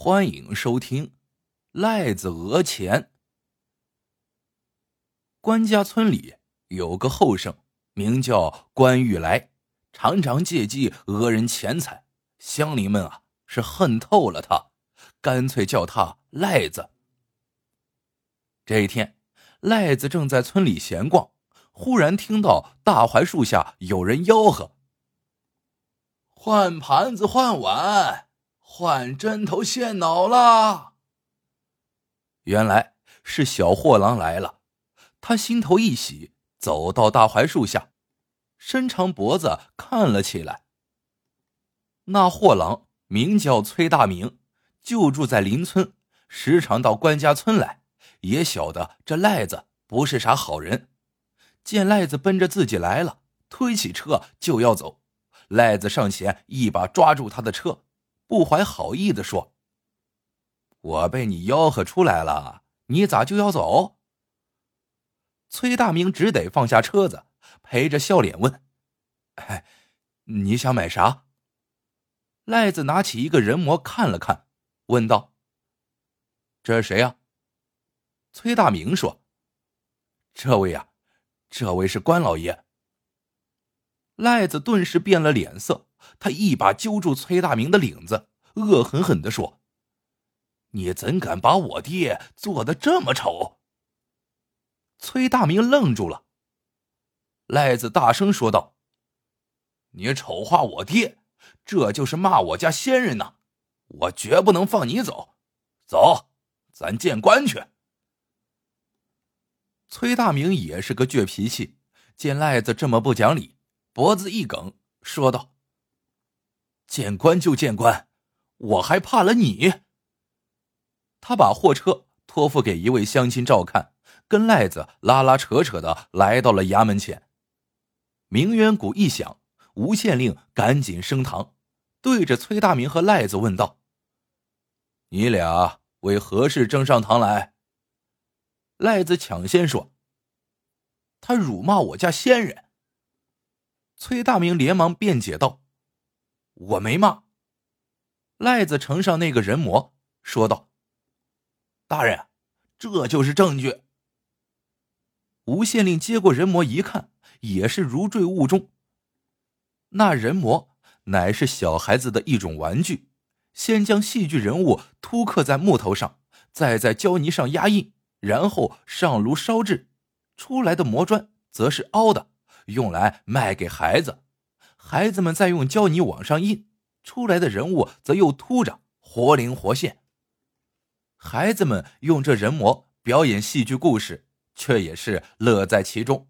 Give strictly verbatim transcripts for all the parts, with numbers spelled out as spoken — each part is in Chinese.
欢迎收听赖子讹钱。关家村里有个后生，名叫关玉来，常常借机讹人钱财，乡邻们啊是恨透了他，干脆叫他赖子。这一天，赖子正在村里闲逛，忽然听到大槐树下有人吆喝：换盘子换碗，换针头线脑啦！原来是小货郎来了，他心头一喜，走到大槐树下，伸长脖子看了起来。那货郎名叫崔大明，就住在邻村，时常到关家村来，也晓得这赖子不是啥好人。见赖子奔着自己来了，推起车就要走，赖子上前一把抓住他的车，不怀好意地说：我被你吆喝出来了，你咋就要走？崔大明只得放下车子，陪着笑脸问：哎，你想买啥？赖子拿起一个人模看了看，问道：这是谁呀？崔大明说：这位呀，这位是关老爷。赖子顿时变了脸色，他一把揪住崔大明的领子，恶狠狠地说：你怎敢把我爹做得这么丑？崔大明愣住了。赖子大声说道：你丑化我爹，这就是骂我家先人呐！我绝不能放你走，走，咱见官去。崔大明也是个倔脾气，见赖子这么不讲理，脖子一梗，说道：见官就见官，我还怕了你？他把货车托付给一位乡亲照看，跟赖子拉拉扯扯的来到了衙门前。鸣冤鼓一响，吴县令赶紧升堂，对着崔大明和赖子问道：你俩为何事争上堂来？赖子抢先说：他辱骂我家先人。崔大明连忙辩解道：我没骂。赖子呈上那个人模，说道：大人，这就是证据。吴县令接过人模一看，也是如坠雾中。那人模乃是小孩子的一种玩具，先将戏剧人物凸刻在木头上，再在胶泥上压印，然后上炉烧制，出来的模砖则是凹的，用来卖给孩子。孩子们再用胶泥往上印，出来的人物则又凸着，活灵活现。孩子们用这人模表演戏剧故事，却也是乐在其中。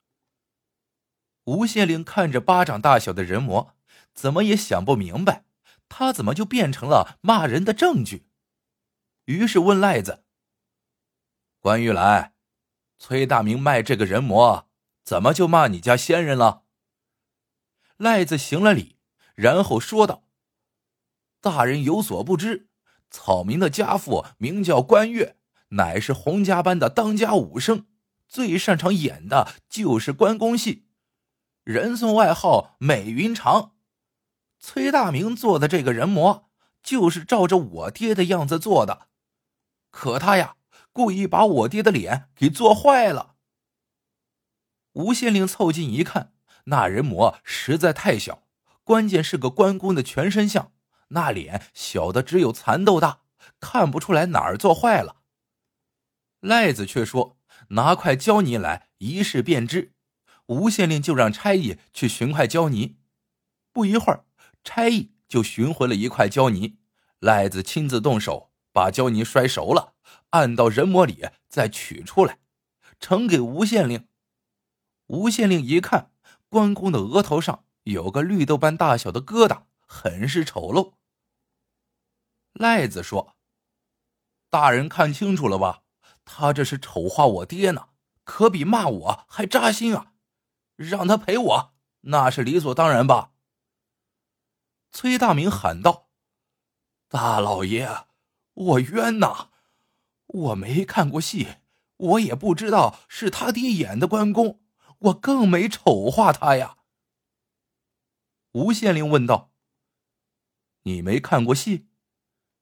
吴县令看着巴掌大小的人模，怎么也想不明白，他怎么就变成了骂人的证据。于是问赖子：关玉来，崔大明卖这个人模，怎么就骂你家先人了？赖子行了礼，然后说道：大人有所不知，草民的家父名叫关岳，乃是洪家班的当家武生，最擅长演的就是关公戏，人送外号美云长。崔大明做的这个人模，就是照着我爹的样子做的，可他呀，故意把我爹的脸给做坏了。吴县令凑近一看，那人模实在太小，关键是个关公的全身像，那脸小的只有蚕豆大，看不出来哪儿做坏了。赖子却说拿块胶泥来一试便知，吴县令就让差役去寻块胶泥。不一会儿，差役就寻回了一块胶泥，赖子亲自动手把胶泥摔熟了，按到人模里再取出来，呈给吴县令。吴县令一看，关公的额头上有个绿豆般大小的疙瘩，很是丑陋。赖子说：大人看清楚了吧，他这是丑化我爹呢，可比骂我还扎心啊，让他赔我，那是理所当然吧。崔大明喊道：大老爷，我冤呐，我没看过戏，我也不知道是他爹演的关公，我更没丑化他呀。吴县令问道：你没看过戏？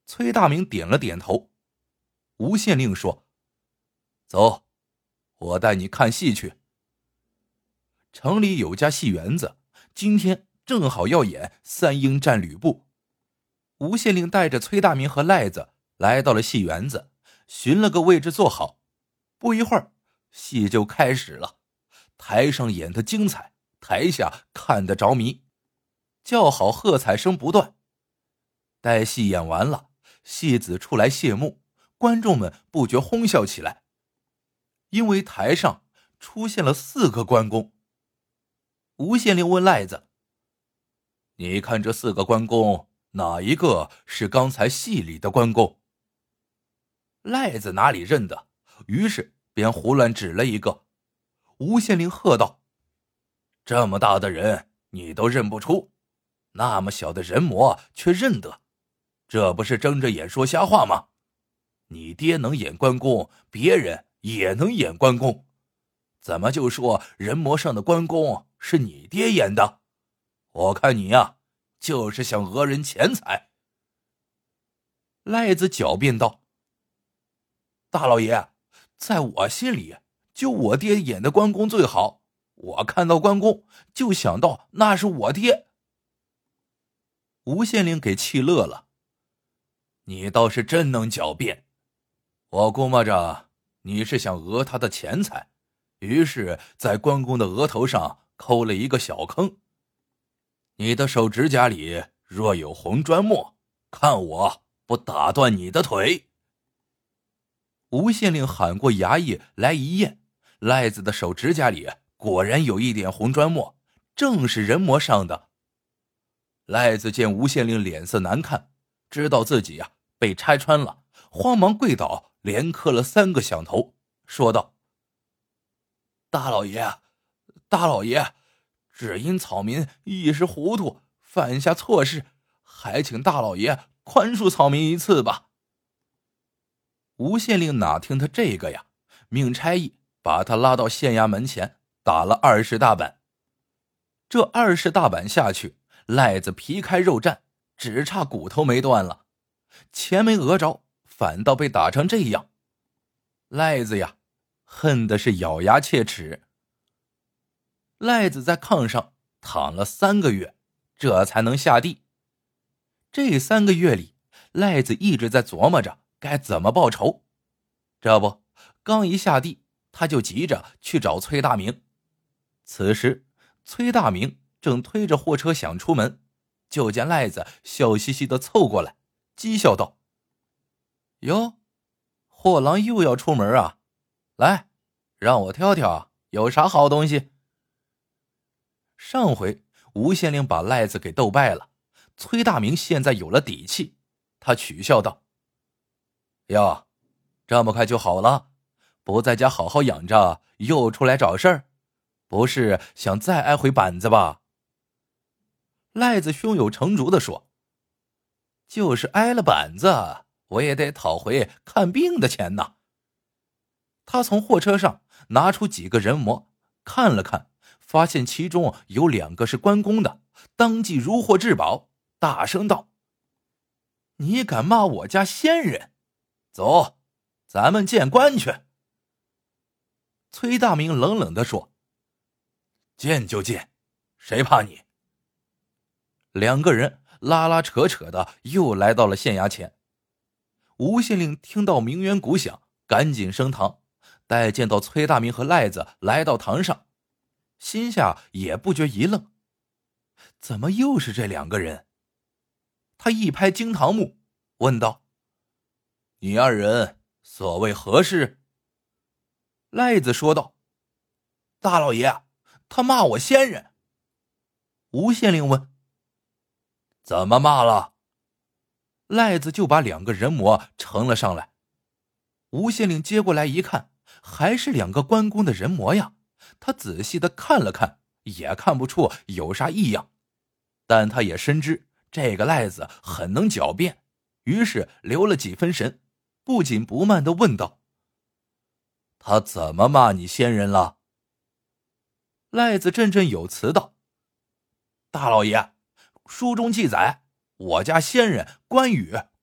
崔大明点了点头。吴县令说：“走，我带你看戏去。”城里有家戏园子，今天正好要演三英战吕布。吴县令带着崔大明和赖子来到了戏园子，寻了个位置坐好。不一会儿，戏就开始了。台上演得精彩，台下看得着迷，叫好喝彩声不断。待戏演完了，戏子出来谢幕，观众们不觉哄笑起来，因为台上出现了四个关公。吴县令问赖子：“你看这四个关公，哪一个是刚才戏里的关公？”赖子哪里认得，于是便胡乱指了一个。吴县令喝道：“这么大的人你都认不出，那么小的人模却认得，这不是睁着眼说瞎话吗？你爹能演关公，别人也能演关公，怎么就说人模上的关公是你爹演的？我看你呀，就是想讹人钱财。”赖子狡辩道：“大老爷，在我心里，就我爹演的关公最好，我看到关公就想到那是我爹。”吴县令给气乐了：“你倒是真能狡辩，我估摸着你是想讹他的钱财，于是在关公的额头上抠了一个小坑。你的手指甲里若有红砖末，看我不打断你的腿。”吴县令喊过衙役来一验，赖子的手指甲里果然有一点红砖末，正是人模上的。赖子见吴县令脸色难看，知道自己呀、啊、被拆穿了，慌忙跪倒，连磕了三个响头，说道：“大老爷，大老爷，只因草民一时糊涂，犯下错事，还请大老爷宽恕草民一次吧。”吴县令哪听他这个呀，命差役把他拉到县衙门前，打了二十大板。这二十大板下去，赖子皮开肉绽，只差骨头没断了，钱没讹着，反倒被打成这样。赖子呀，恨的是咬牙切齿。赖子在炕上躺了三个月，这才能下地。这三个月里，赖子一直在琢磨着该怎么报仇。这不，刚一下地，他就急着去找崔大明。此时，崔大明正推着货车想出门，就见赖子笑嘻嘻地凑过来，讥笑道：“哟，货郎又要出门啊？来，让我挑挑有啥好东西。”上回吴县令把赖子给斗败了，崔大明现在有了底气，他取笑道：“哟，这么快就好了？不在家好好养着，又出来找事儿？不是想再挨回板子吧？”赖子胸有成竹地说：“就是挨了板子，我也得讨回看病的钱呐。”他从货车上拿出几个人模，看了看，发现其中有两个是关公的，当即如获至宝，大声道：“你敢骂我家先人？走，咱们见官去。”崔大明冷冷地说：“见就见，谁怕你？”两个人拉拉扯扯的又来到了县衙前。吴县令听到鸣冤鼓响，赶紧升堂，待见到崔大明和赖子来到堂上，心下也不觉一愣，怎么又是这两个人？他一拍惊堂木，问道：“你二人所谓何事？”赖子说道：“大老爷，他骂我先人。”吴县令问：“怎么骂了？”赖子就把两个人模呈了上来。吴县令接过来一看，还是两个关公的人模呀。他仔细的看了看，也看不出有啥异样，但他也深知这个赖子很能狡辩，于是留了几分神，不紧不慢的问道：“他怎么骂你先人了？”赖子振振有词道：“大老爷，书中记载，我家先人关羽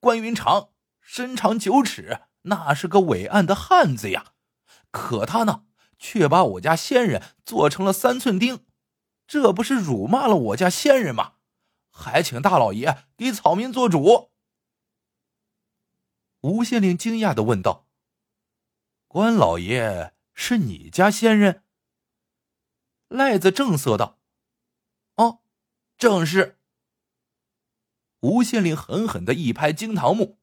关云长身长九尺，那是个伟岸的汉子呀，可他呢，却把我家仙人做成了三寸钉，这不是辱骂了我家仙人吗？还请大老爷给草民做主。”吴县令惊讶地问道：“关老爷是你家仙人？”赖子正色道：“哦，正是。”吴县令狠狠地一拍惊堂木：“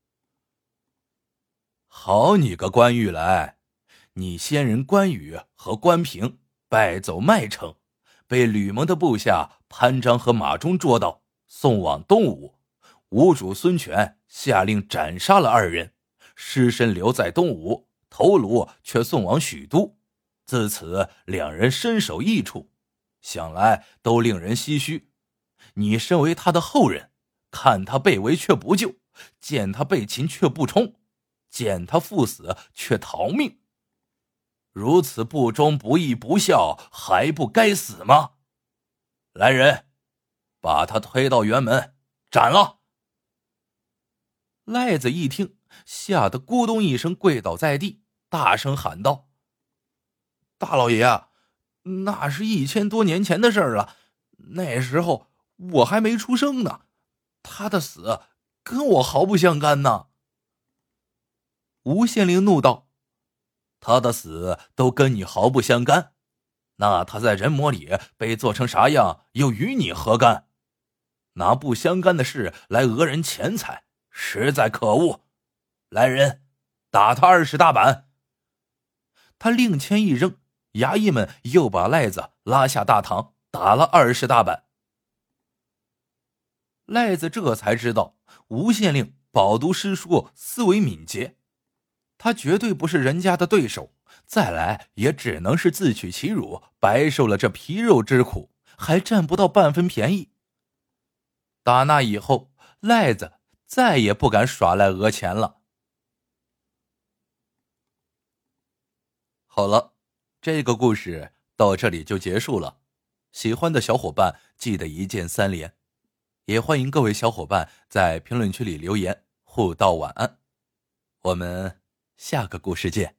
好你个关玉来，你先人关羽和关平败走麦城，被吕蒙的部下潘璋和马忠捉到，送往东吴。吴主孙权下令斩杀了二人，尸身留在东吴，头颅却送往许都。自此两人身首异处，想来都令人唏嘘。你身为他的后人，看他被围却不救，见他被擒却不冲，见他赴死却逃命，如此不忠不义不孝，还不该死吗？来人，把他推到辕门斩了。”赖子一听，吓得咕咚一声跪倒在地，大声喊道：“大老爷啊，那是一千多年前的事儿了，那时候我还没出生呢，他的死跟我毫不相干呢。”吴县令怒道：“他的死都跟你毫不相干，那他在人魔里被做成啥样又与你何干？拿不相干的事来讹人钱财，实在可恶！来人，打他二十大板！”他令签一扔，衙役们又把赖子拉下大堂，打了二十大板。赖子这才知道吴县令饱读诗书，思维敏捷，他绝对不是人家的对手，再来也只能是自取其辱，白受了这皮肉之苦，还占不到半分便宜。打那以后，赖子再也不敢耍赖讹钱了。好了，这个故事到这里就结束了。喜欢的小伙伴记得一键三连，也欢迎各位小伙伴在评论区里留言互道晚安。我们下个故事见。